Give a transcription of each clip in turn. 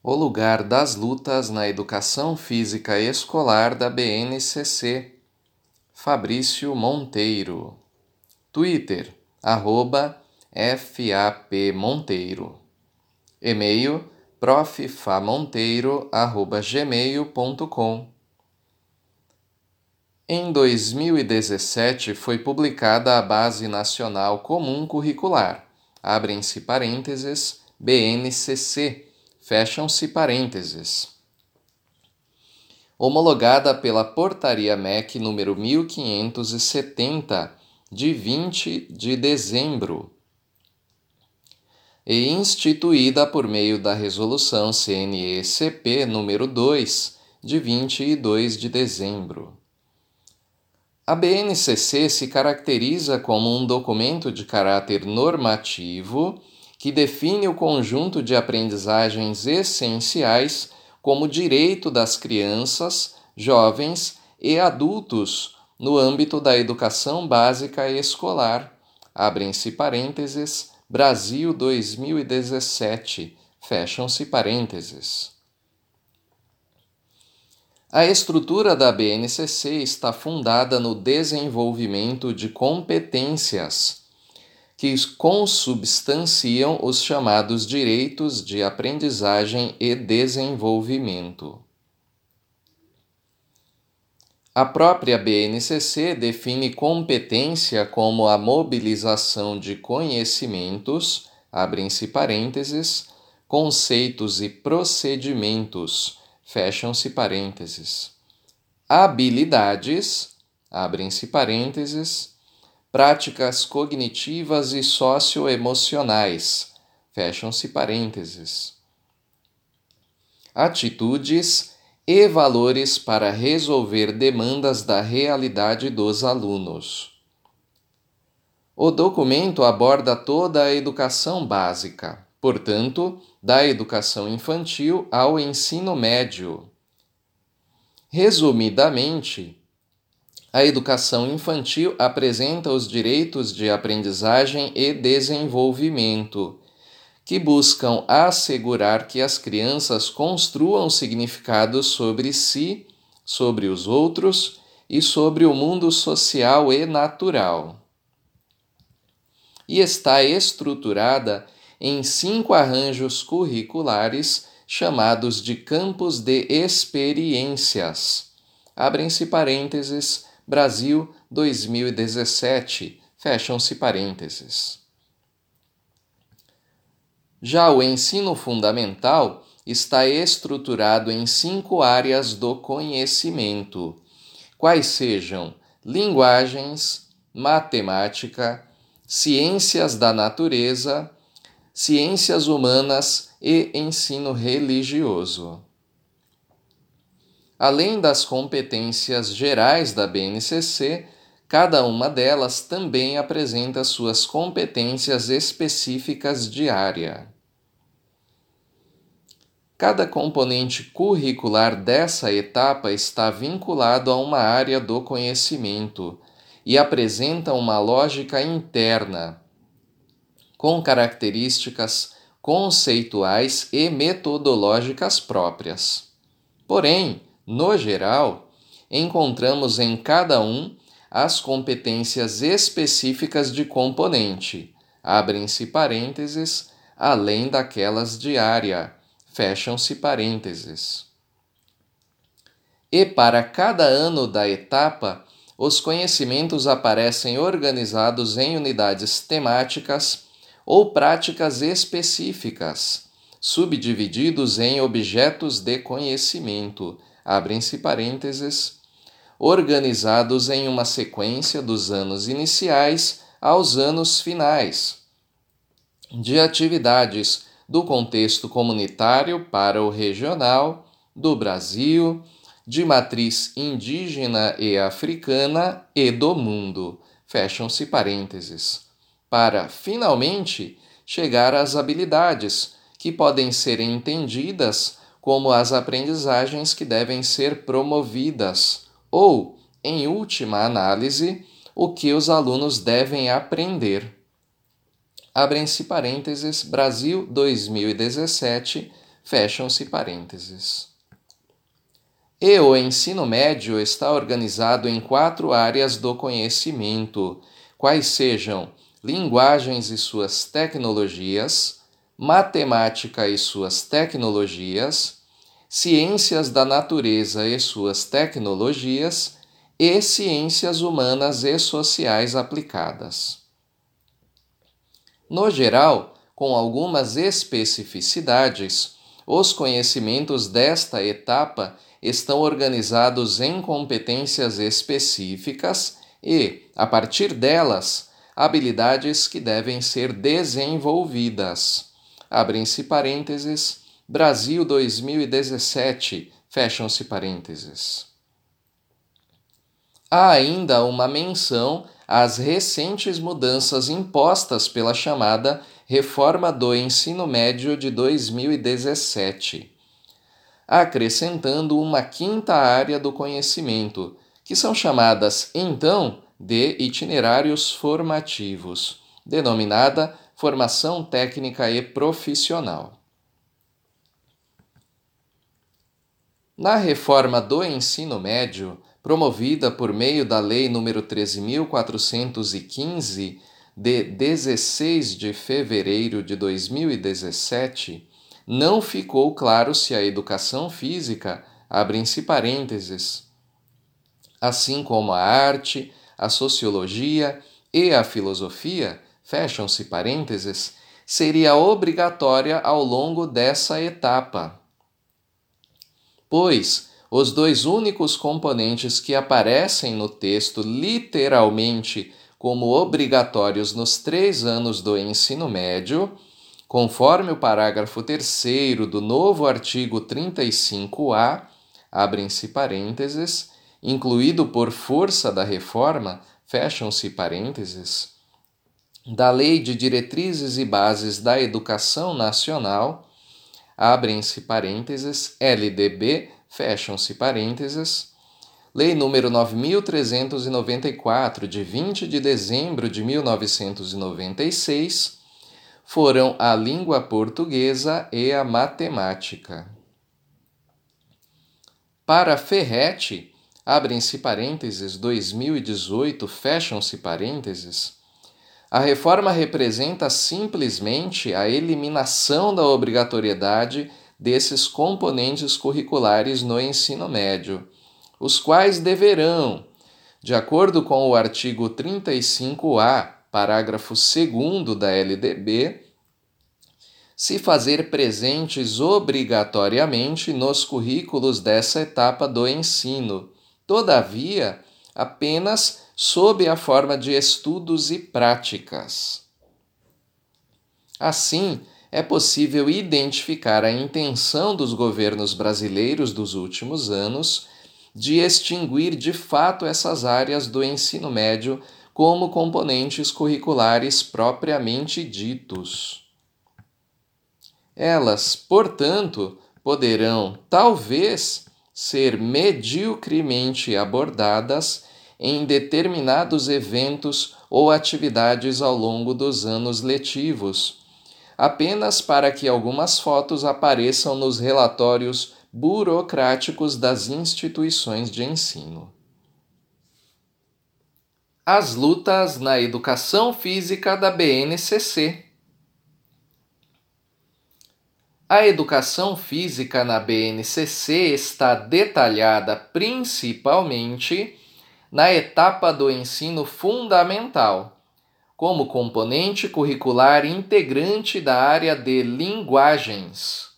O lugar das lutas na educação física escolar da BNCC. Fabrício Monteiro. Twitter, @FAPMonteiro. E-mail, proffamonteiro@gmail.com. Em 2017 foi publicada a Base Nacional Comum Curricular, abrem-se parênteses, BNCC, fecham-se parênteses, homologada pela Portaria MEC número 1570, de 20 de dezembro, e instituída por meio da Resolução CNE-CP número 2, de 22 de dezembro. A BNCC se caracteriza como um documento de caráter normativo que define o conjunto de aprendizagens essenciais como direito das crianças, jovens e adultos no âmbito da educação básica escolar. Abrem-se parênteses, Brasil 2017, fecham-se parênteses. A estrutura da BNCC está fundada no desenvolvimento de competências que consubstanciam os chamados direitos de aprendizagem e desenvolvimento. A própria BNCC define competência como a mobilização de conhecimentos, abrem-se parênteses, conceitos e procedimentos, fecham-se parênteses, habilidades, abrem-se parênteses, práticas cognitivas e socioemocionais, fecham-se parênteses, atitudes e valores para resolver demandas da realidade dos alunos. O documento aborda toda a educação básica, portanto, da educação infantil ao ensino médio. Resumidamente, a educação infantil apresenta os direitos de aprendizagem e desenvolvimento, que buscam assegurar que as crianças construam significados sobre si, sobre os outros e sobre o mundo social e natural. E está estruturada em 5 arranjos curriculares chamados de campos de experiências. Abrem-se parênteses, Brasil 2017, fecham-se parênteses. Já o ensino fundamental está estruturado em 5 áreas do conhecimento, quais sejam linguagens, matemática, ciências da natureza, ciências humanas e ensino religioso. Além das competências gerais da BNCC, cada uma delas também apresenta suas competências específicas de área. Cada componente curricular dessa etapa está vinculado a uma área do conhecimento e apresenta uma lógica interna, com características conceituais e metodológicas próprias. Porém, no geral, encontramos em cada um as competências específicas de componente, abrem-se parênteses, além daquelas de área, fecham-se parênteses. E para cada ano da etapa, os conhecimentos aparecem organizados em unidades temáticas ou práticas específicas, subdivididos em objetos de conhecimento, abrem-se parênteses, organizados em uma sequência dos anos iniciais aos anos finais, de atividades do contexto comunitário para o regional, do Brasil, de matriz indígena e africana e do mundo, fecham-se parênteses, para, finalmente, chegar às habilidades, que podem ser entendidas como as aprendizagens que devem ser promovidas, ou, em última análise, o que os alunos devem aprender. Abrem-se parênteses, Brasil 2017, fecham-se parênteses. E o ensino médio está organizado em 4 áreas do conhecimento, quais sejam linguagens e suas tecnologias, matemática e suas tecnologias, ciências da natureza e suas tecnologias e ciências humanas e sociais aplicadas. No geral, com algumas especificidades, os conhecimentos desta etapa estão organizados em competências específicas e, a partir delas, habilidades que devem ser desenvolvidas. Abrem-se parênteses, Brasil 2017, fecham-se parênteses. Há ainda uma menção às recentes mudanças impostas pela chamada Reforma do Ensino Médio de 2017, acrescentando uma 5ª área do conhecimento, que são chamadas, então, de itinerários formativos, denominada Formação Técnica e Profissional. Na reforma do ensino médio, promovida por meio da Lei nº 13.415, de 16 de fevereiro de 2017, não ficou claro se a educação física, abrem-se parênteses, assim como a arte, a sociologia e a filosofia, fecham-se parênteses, seria obrigatória ao longo dessa etapa, pois os 2 únicos componentes que aparecem no texto literalmente como obrigatórios nos 3 anos do ensino médio, conforme o parágrafo 3º do novo artigo 35A, abrem-se parênteses, incluído por força da reforma, fecham-se parênteses, da Lei de Diretrizes e Bases da Educação Nacional, abrem-se parênteses, LDB, fecham-se parênteses, Lei nº 9.394, de 20 de dezembro de 1996, foram a língua portuguesa e a matemática. Para Ferretti, abrem-se parênteses, 2018, fecham-se parênteses, a reforma representa simplesmente a eliminação da obrigatoriedade desses componentes curriculares no ensino médio, os quais deverão, de acordo com o artigo 35A, parágrafo 2º da LDB, se fazer presentes obrigatoriamente nos currículos dessa etapa do ensino, todavia, apenas sob a forma de estudos e práticas. Assim, é possível identificar a intenção dos governos brasileiros dos últimos anos de extinguir de fato essas áreas do ensino médio como componentes curriculares propriamente ditos. Elas, portanto, poderão, talvez, ser mediocremente abordadas em determinados eventos ou atividades ao longo dos anos letivos, apenas para que algumas fotos apareçam nos relatórios burocráticos das instituições de ensino. As lutas na educação física da BNCC. A educação física na BNCC está detalhada principalmente na etapa do ensino fundamental, como componente curricular integrante da área de linguagens.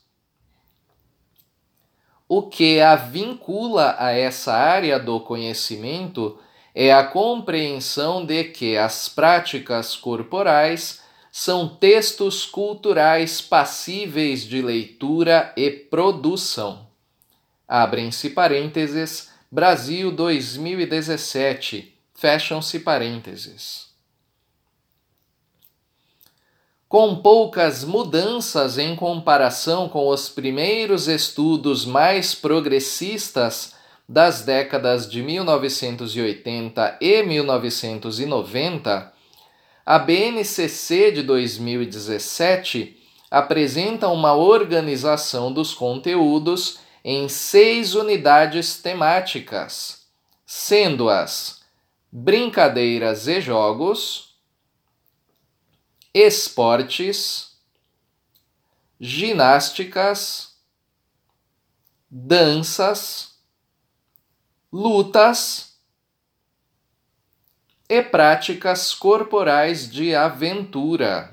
O que a vincula a essa área do conhecimento é a compreensão de que as práticas corporais são textos culturais passíveis de leitura e produção. Abrem-se parênteses, Brasil 2017, fecham-se parênteses. Com poucas mudanças em comparação com os primeiros estudos mais progressistas das décadas de 1980 e 1990, a BNCC de 2017 apresenta uma organização dos conteúdos em 6 unidades temáticas, sendo as brincadeiras e jogos, esportes, ginásticas, danças, lutas e práticas corporais de aventura.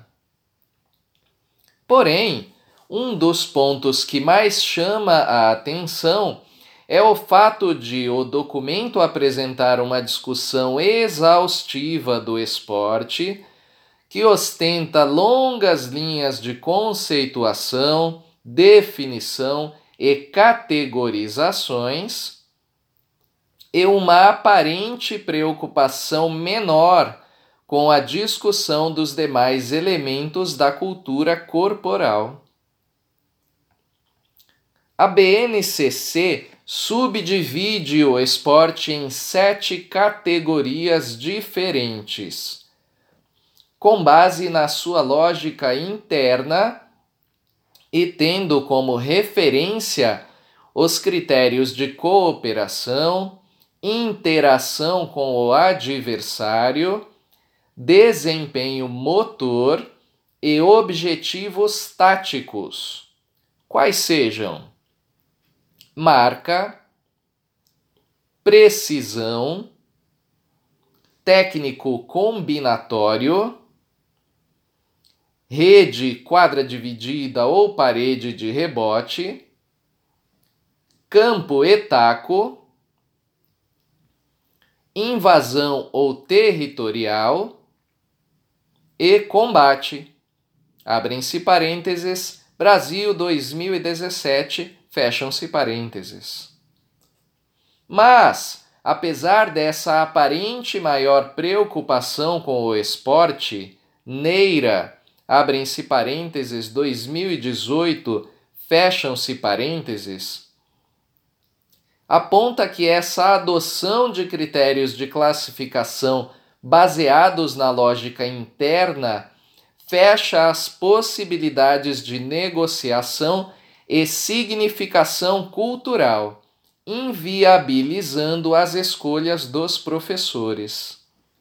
Porém, um dos pontos que mais chama a atenção é o fato de o documento apresentar uma discussão exaustiva do esporte, que ostenta longas linhas de conceituação, definição e categorizações, e uma aparente preocupação menor com a discussão dos demais elementos da cultura corporal. A BNCC subdivide o esporte em 7 categorias diferentes, com base na sua lógica interna e tendo como referência os critérios de cooperação, interação com o adversário, desempenho motor e objetivos táticos, quais sejam marca, precisão, técnico combinatório, rede, quadra dividida ou parede de rebote, campo e taco, invasão ou territorial e combate. Abrem-se parênteses, Brasil 2017, fecham-se parênteses. Mas, apesar dessa aparente maior preocupação com o esporte, Neira, abrem-se parênteses, 2018, fecham-se parênteses, aponta que essa adoção de critérios de classificação baseados na lógica interna fecha as possibilidades de negociação e significação cultural, inviabilizando as escolhas dos professores.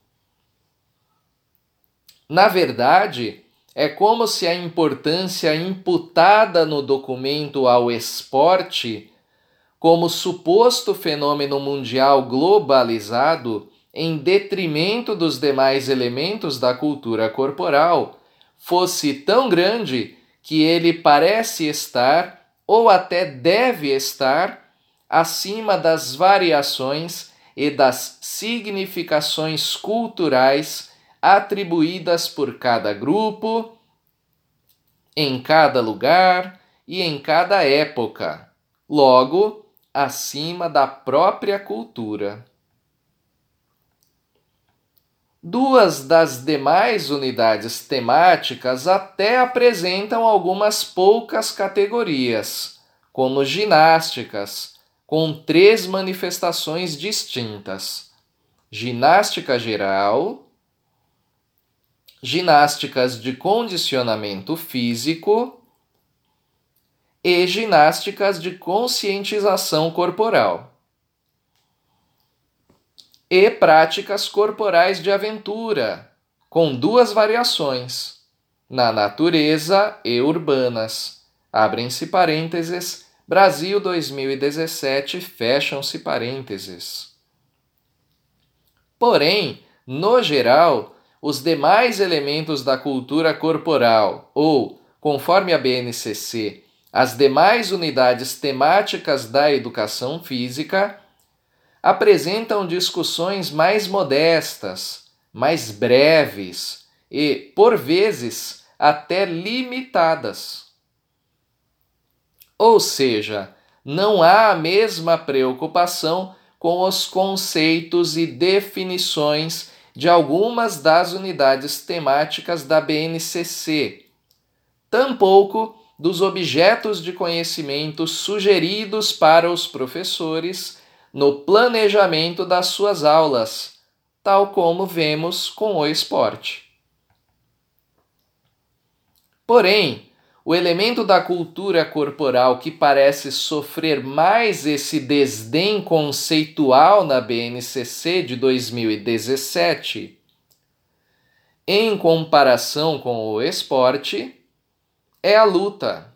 Na verdade, é como se a importância imputada no documento ao esporte, como suposto fenômeno mundial globalizado, em detrimento dos demais elementos da cultura corporal, fosse tão grande que ele parece estar, ou até deve estar, acima das variações e das significações culturais atribuídas por cada grupo, em cada lugar e em cada época, logo, acima da própria cultura. 2 das demais unidades temáticas até apresentam algumas poucas categorias, como ginásticas, com 3 manifestações distintas: ginástica geral, ginásticas de condicionamento físico e ginásticas de conscientização corporal, e práticas corporais de aventura, com 2 variações, na natureza e urbanas. Abrem-se parênteses, Brasil 2017, fecham-se parênteses. Porém, no geral, os demais elementos da cultura corporal, ou, conforme a BNCC, as demais unidades temáticas da educação física, apresentam discussões mais modestas, mais breves e, por vezes, até limitadas. Ou seja, não há a mesma preocupação com os conceitos e definições de algumas das unidades temáticas da BNCC, tampouco dos objetos de conhecimento sugeridos para os professores no planejamento das suas aulas, tal como vemos com o esporte. Porém, o elemento da cultura corporal que parece sofrer mais esse desdém conceitual na BNCC de 2017, em comparação com o esporte, é a luta.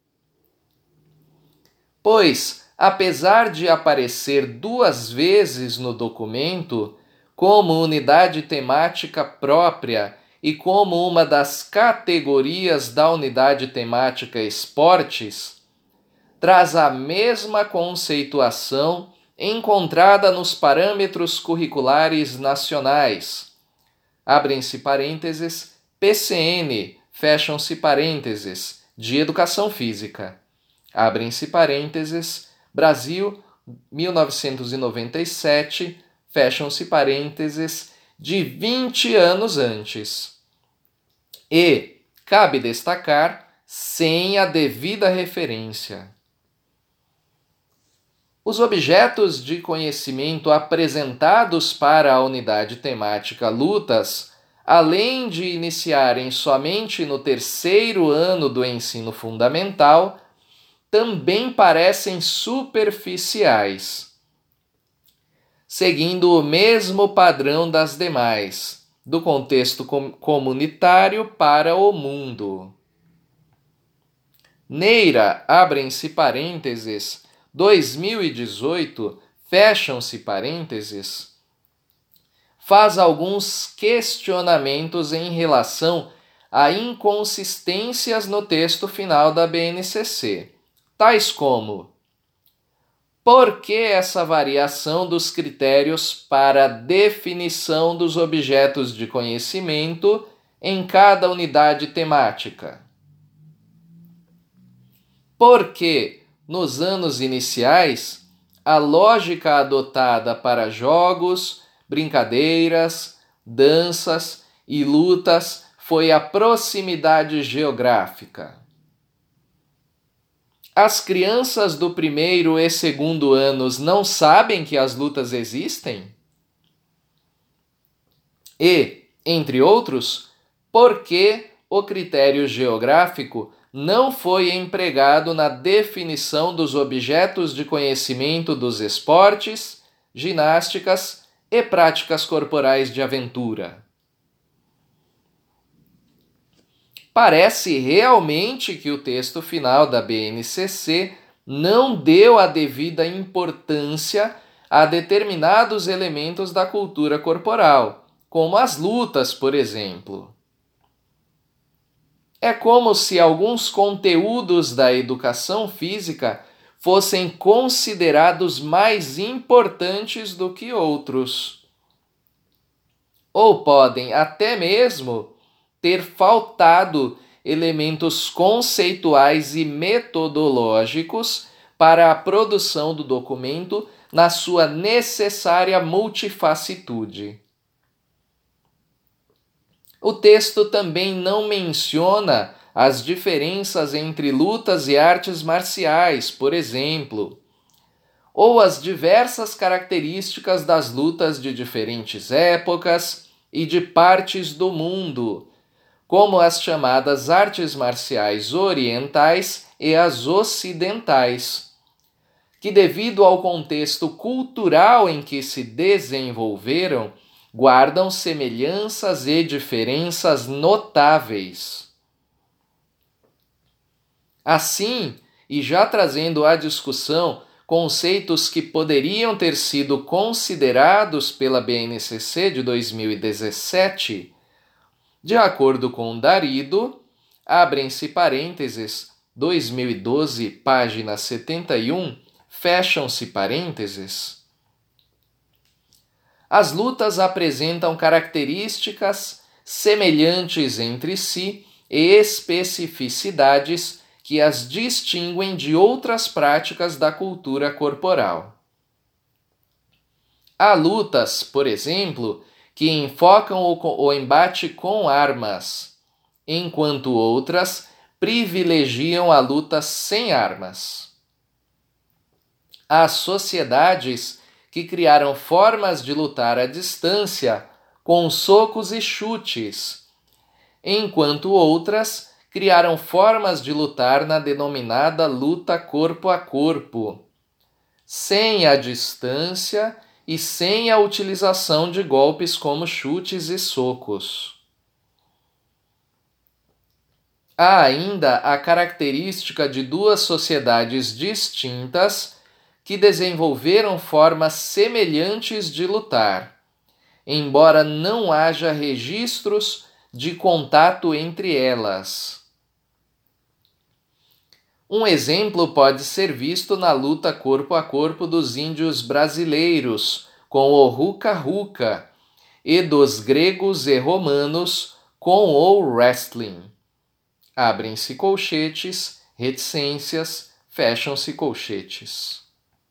Pois, apesar de aparecer 2 vezes no documento, como unidade temática própria e como uma das categorias da unidade temática esportes, traz a mesma conceituação encontrada nos parâmetros curriculares nacionais. Abrem-se parênteses, PCN, fecham-se parênteses, de Educação Física. Abrem-se parênteses, Brasil, 1997, fecham-se parênteses, de 20 anos antes. E, cabe destacar, sem a devida referência. Os objetos de conhecimento apresentados para a unidade temática lutas, além de iniciarem somente no 3º ano do ensino fundamental, também parecem superficiais, seguindo o mesmo padrão das demais, do contexto comunitário para o mundo. Neira, abrem-se parênteses, 2018, fecham-se parênteses, faz alguns questionamentos em relação a inconsistências no texto final da BNCC, tais como: por que essa variação dos critérios para a definição dos objetos de conhecimento em cada unidade temática? Por que, nos anos iniciais, a lógica adotada para jogos, brincadeiras, danças e lutas foi a proximidade geográfica? As crianças do 1º e 2º anos não sabem que as lutas existem? E, entre outros, por que o critério geográfico não foi empregado na definição dos objetos de conhecimento dos esportes, ginásticas e práticas corporais de aventura? Parece realmente que o texto final da BNCC não deu a devida importância a determinados elementos da cultura corporal, como as lutas, por exemplo. É como se alguns conteúdos da educação física fossem considerados mais importantes do que outros. Ou podem até mesmo ter faltado elementos conceituais e metodológicos para a produção do documento na sua necessária multifacitude. O texto também não menciona as diferenças entre lutas e artes marciais, por exemplo, ou as diversas características das lutas de diferentes épocas e de partes do mundo, como as chamadas artes marciais orientais e as ocidentais, que, devido ao contexto cultural em que se desenvolveram, guardam semelhanças e diferenças notáveis. Assim, e já trazendo à discussão conceitos que poderiam ter sido considerados pela BNCC de 2017, de acordo com Darido, abrem-se parênteses, 2012, página 71, fecham-se parênteses. As lutas apresentam características semelhantes entre si e especificidades que as distinguem de outras práticas da cultura corporal. Há lutas, por exemplo, que enfocam o embate com armas, enquanto outras privilegiam a luta sem armas. Há sociedades que criaram formas de lutar à distância com socos e chutes, enquanto outras criaram formas de lutar na denominada luta corpo a corpo, sem a distância e sem a utilização de golpes como chutes e socos. Há ainda a característica de duas sociedades distintas que desenvolveram formas semelhantes de lutar, embora não haja registros de contato entre elas. Um exemplo pode ser visto na luta corpo a corpo dos índios brasileiros com o ruca-ruca e dos gregos e romanos com o wrestling. Abrem-se colchetes, reticências, fecham-se colchetes.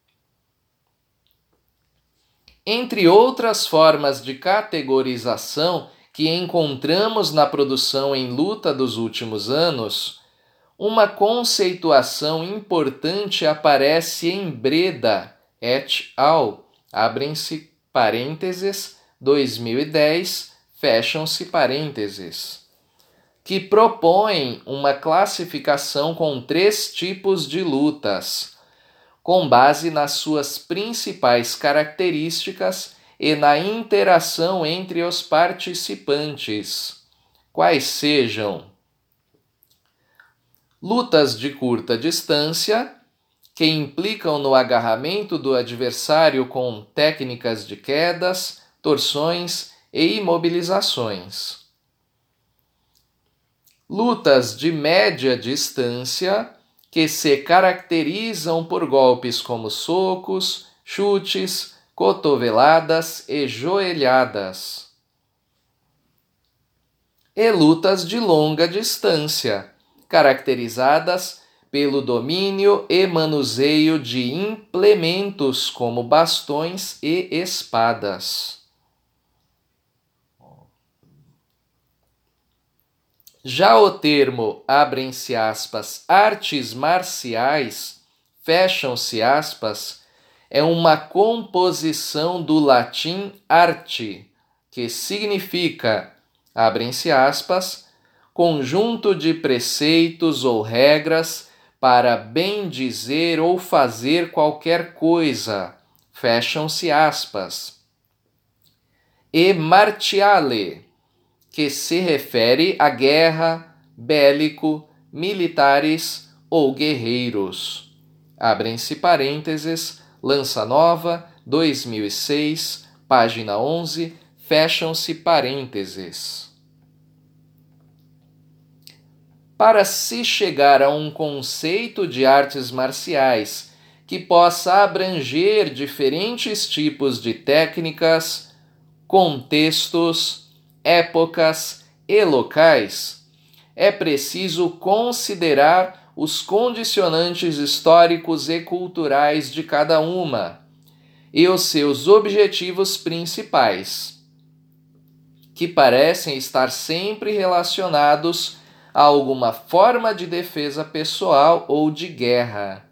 Entre outras formas de categorização que encontramos na produção em luta dos últimos anos, uma conceituação importante aparece em Breda et al., abrem-se parênteses, 2010, fecham-se parênteses, que propõe uma classificação com 3 tipos de lutas, com base nas suas principais características e na interação entre os participantes, quais sejam lutas de curta distância, que implicam no agarramento do adversário com técnicas de quedas, torções e imobilizações. Lutas de média distância, que se caracterizam por golpes como socos, chutes, cotoveladas e joelhadas. E lutas de longa distância, caracterizadas pelo domínio e manuseio de implementos como bastões e espadas. Já o termo, abrem-se aspas, artes marciais, fecham-se aspas, é uma composição do latim arte, que significa, abrem-se aspas, conjunto de preceitos ou regras para bem dizer ou fazer qualquer coisa, fecham-se aspas, e martiale, que se refere à guerra, bélico, militares ou guerreiros. Abrem-se parênteses, Lança Nova, 2006, página 11, fecham-se parênteses. Para se chegar a um conceito de artes marciais que possa abranger diferentes tipos de técnicas, contextos, épocas e locais, é preciso considerar os condicionantes históricos e culturais de cada uma e os seus objetivos principais, que parecem estar sempre relacionados a alguma forma de defesa pessoal ou de guerra.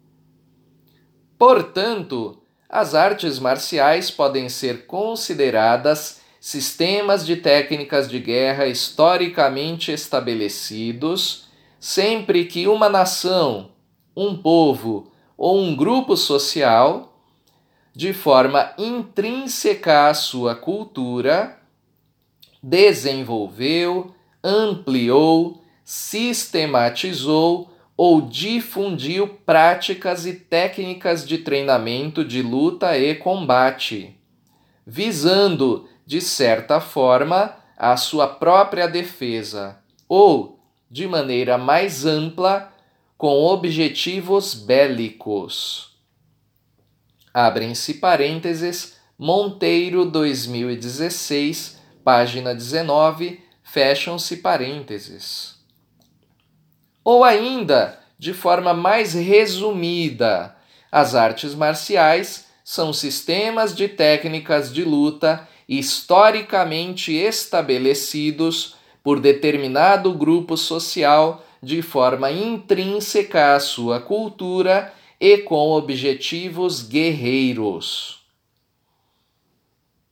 Portanto, as artes marciais podem ser consideradas sistemas de técnicas de guerra historicamente estabelecidos, sempre que uma nação, um povo ou um grupo social, de forma intrínseca à sua cultura, desenvolveu, ampliou, sistematizou ou difundiu práticas e técnicas de treinamento de luta e combate, visando, de certa forma, a sua própria defesa, ou, de maneira mais ampla, com objetivos bélicos. Abrem-se parênteses, Monteiro 2016, página 19, fecham-se parênteses. Ou ainda, de forma mais resumida, as artes marciais são sistemas de técnicas de luta historicamente estabelecidos por determinado grupo social de forma intrínseca à sua cultura e com objetivos guerreiros.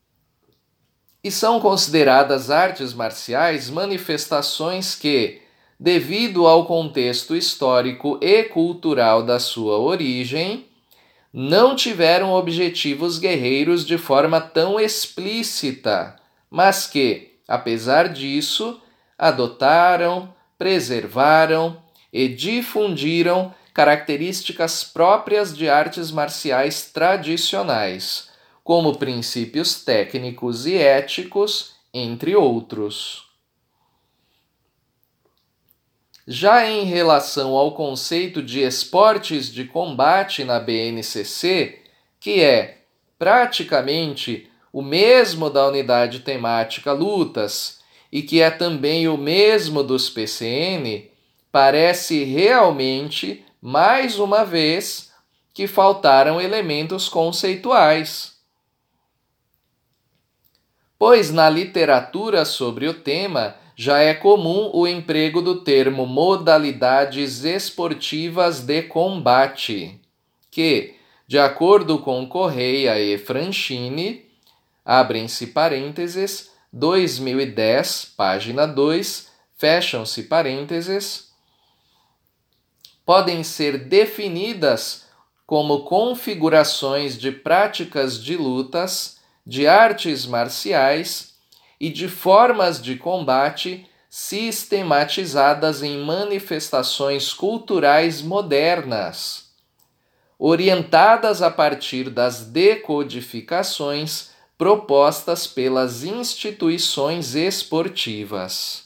E são consideradas artes marciais manifestações que, devido ao contexto histórico e cultural da sua origem, não tiveram objetivos guerreiros de forma tão explícita, mas que, apesar disso, adotaram, preservaram e difundiram características próprias de artes marciais tradicionais, como princípios técnicos e éticos, entre outros. Já em relação ao conceito de esportes de combate na BNCC, que é praticamente o mesmo da unidade temática lutas e que é também o mesmo dos PCN, parece realmente, mais uma vez, que faltaram elementos conceituais. Pois na literatura sobre o tema já é comum o emprego do termo modalidades esportivas de combate, que, de acordo com Correia e Franchini, abrem-se parênteses, 2010, página 2, fecham-se parênteses, podem ser definidas como configurações de práticas de lutas, de artes marciais e de formas de combate sistematizadas em manifestações culturais modernas, orientadas a partir das decodificações propostas pelas instituições esportivas.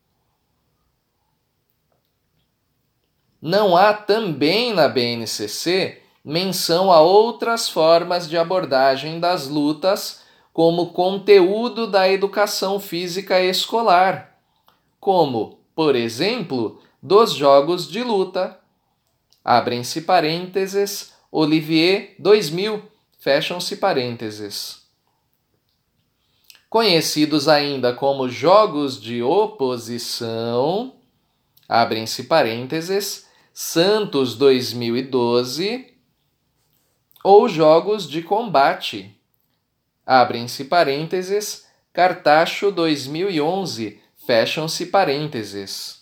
Não há também na BNCC menção a outras formas de abordagem das lutas como conteúdo da educação física escolar, como, por exemplo, dos jogos de luta. Abrem-se parênteses, Olivier 2000, fecham-se parênteses. Conhecidos ainda como jogos de oposição, abrem-se parênteses, Santos 2012, ou jogos de combate, abrem-se parênteses, Cartacho 2011, fecham-se parênteses.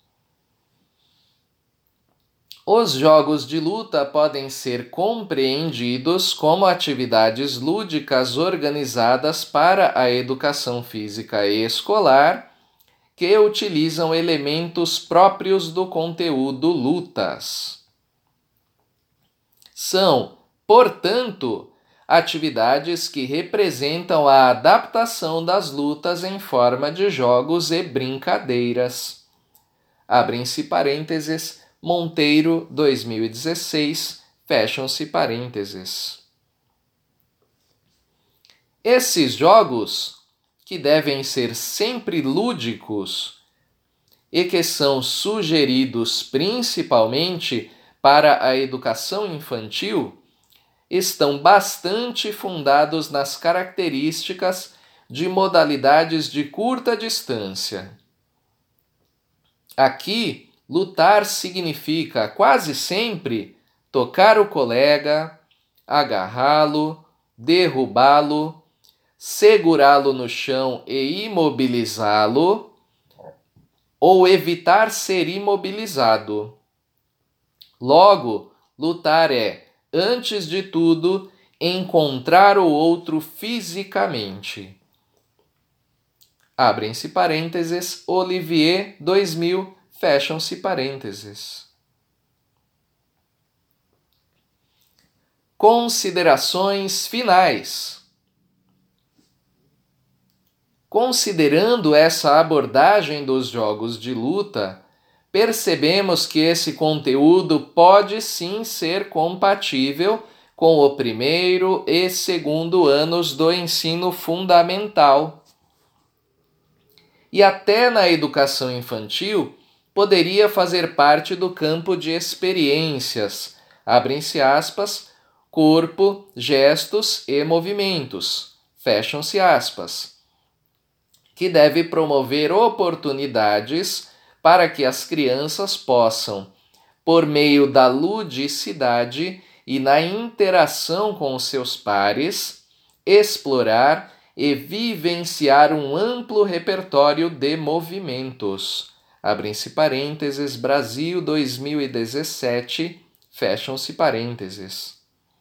Os jogos de luta podem ser compreendidos como atividades lúdicas organizadas para a educação física escolar que utilizam elementos próprios do conteúdo lutas. São, portanto, atividades que representam a adaptação das lutas em forma de jogos e brincadeiras. Abrem-se parênteses, Monteiro 2016, fecham-se parênteses. Esses jogos, que devem ser sempre lúdicos e que são sugeridos principalmente para a educação infantil, estão bastante fundados nas características de modalidades de curta distância. Aqui, lutar significa quase sempre tocar o colega, agarrá-lo, derrubá-lo, segurá-lo no chão e imobilizá-lo, ou evitar ser imobilizado. Logo, lutar é, antes de tudo, encontrar o outro fisicamente. Abrem-se parênteses, Olivier 2000, fecham-se parênteses. Considerações finais. Considerando essa abordagem dos jogos de luta, percebemos que esse conteúdo pode sim ser compatível com o primeiro e segundo anos do ensino fundamental. E até na educação infantil, poderia fazer parte do campo de experiências, abrem-se aspas, corpo, gestos e movimentos, fecham-se aspas, que deve promover oportunidades para que as crianças possam, por meio da ludicidade e na interação com os seus pares, explorar e vivenciar um amplo repertório de movimentos. abrem-se parênteses, Brasil 2017, fecham-se parênteses.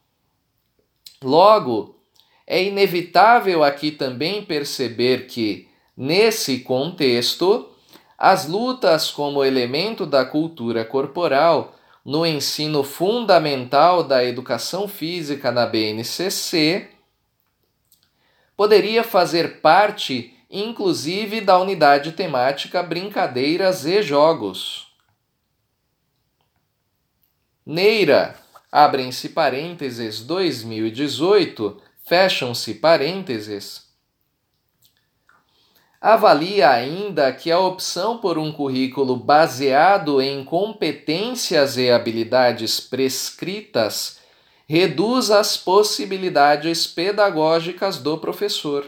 Logo, é inevitável aqui também perceber que, nesse contexto, as lutas como elemento da cultura corporal no ensino fundamental da educação física na BNCC poderia fazer parte, inclusive, da unidade temática Brincadeiras e Jogos. Neira, abrem-se parênteses, 2018, fecham-se parênteses, avalia ainda que a opção por um currículo baseado em competências e habilidades prescritas reduz as possibilidades pedagógicas do professor.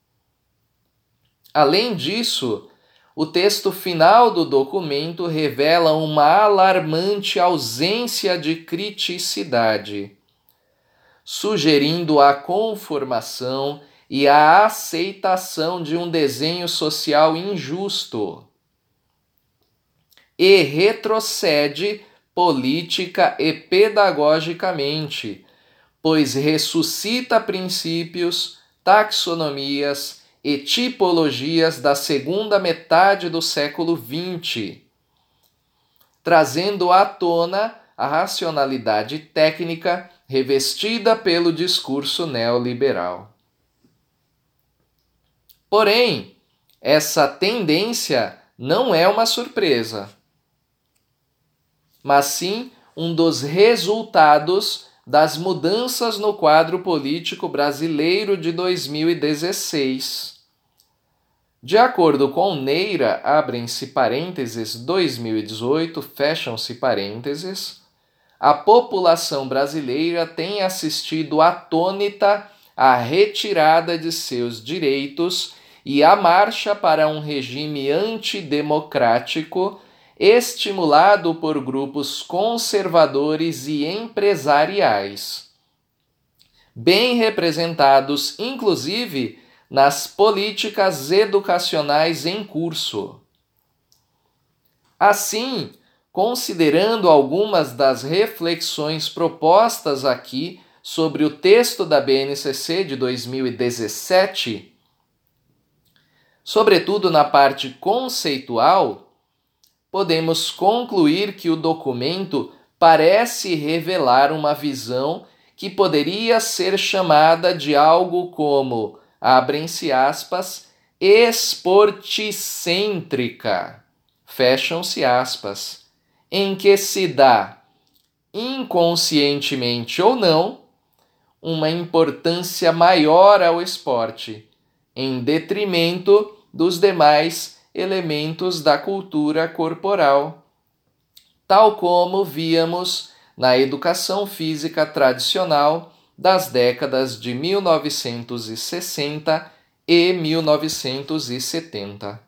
Além disso, o texto final do documento revela uma alarmante ausência de criticidade, sugerindo a conformação e a aceitação de um desenho social injusto, e retrocede política e pedagogicamente, pois ressuscita princípios, taxonomias e tipologias da segunda metade do século XX, trazendo à tona a racionalidade técnica revestida pelo discurso neoliberal. Porém, essa tendência não é uma surpresa, mas sim um dos resultados das mudanças no quadro político brasileiro de 2016. De acordo com Neira, abrem-se parênteses, 2018, fecham-se parênteses, a população brasileira tem assistido atônita à retirada de seus direitos e à marcha para um regime antidemocrático estimulado por grupos conservadores e empresariais, bem representados, inclusive, nas políticas educacionais em curso. Assim, considerando algumas das reflexões propostas aqui sobre o texto da BNCC de 2017, sobretudo na parte conceitual, podemos concluir que o documento parece revelar uma visão que poderia ser chamada de algo como, abrem-se aspas, esporticêntrica, fecham-se aspas, em que se dá, inconscientemente ou não, uma importância maior ao esporte, em detrimento dos demais elementos da cultura corporal, tal como víamos na educação física tradicional das décadas de 1960 e 1970.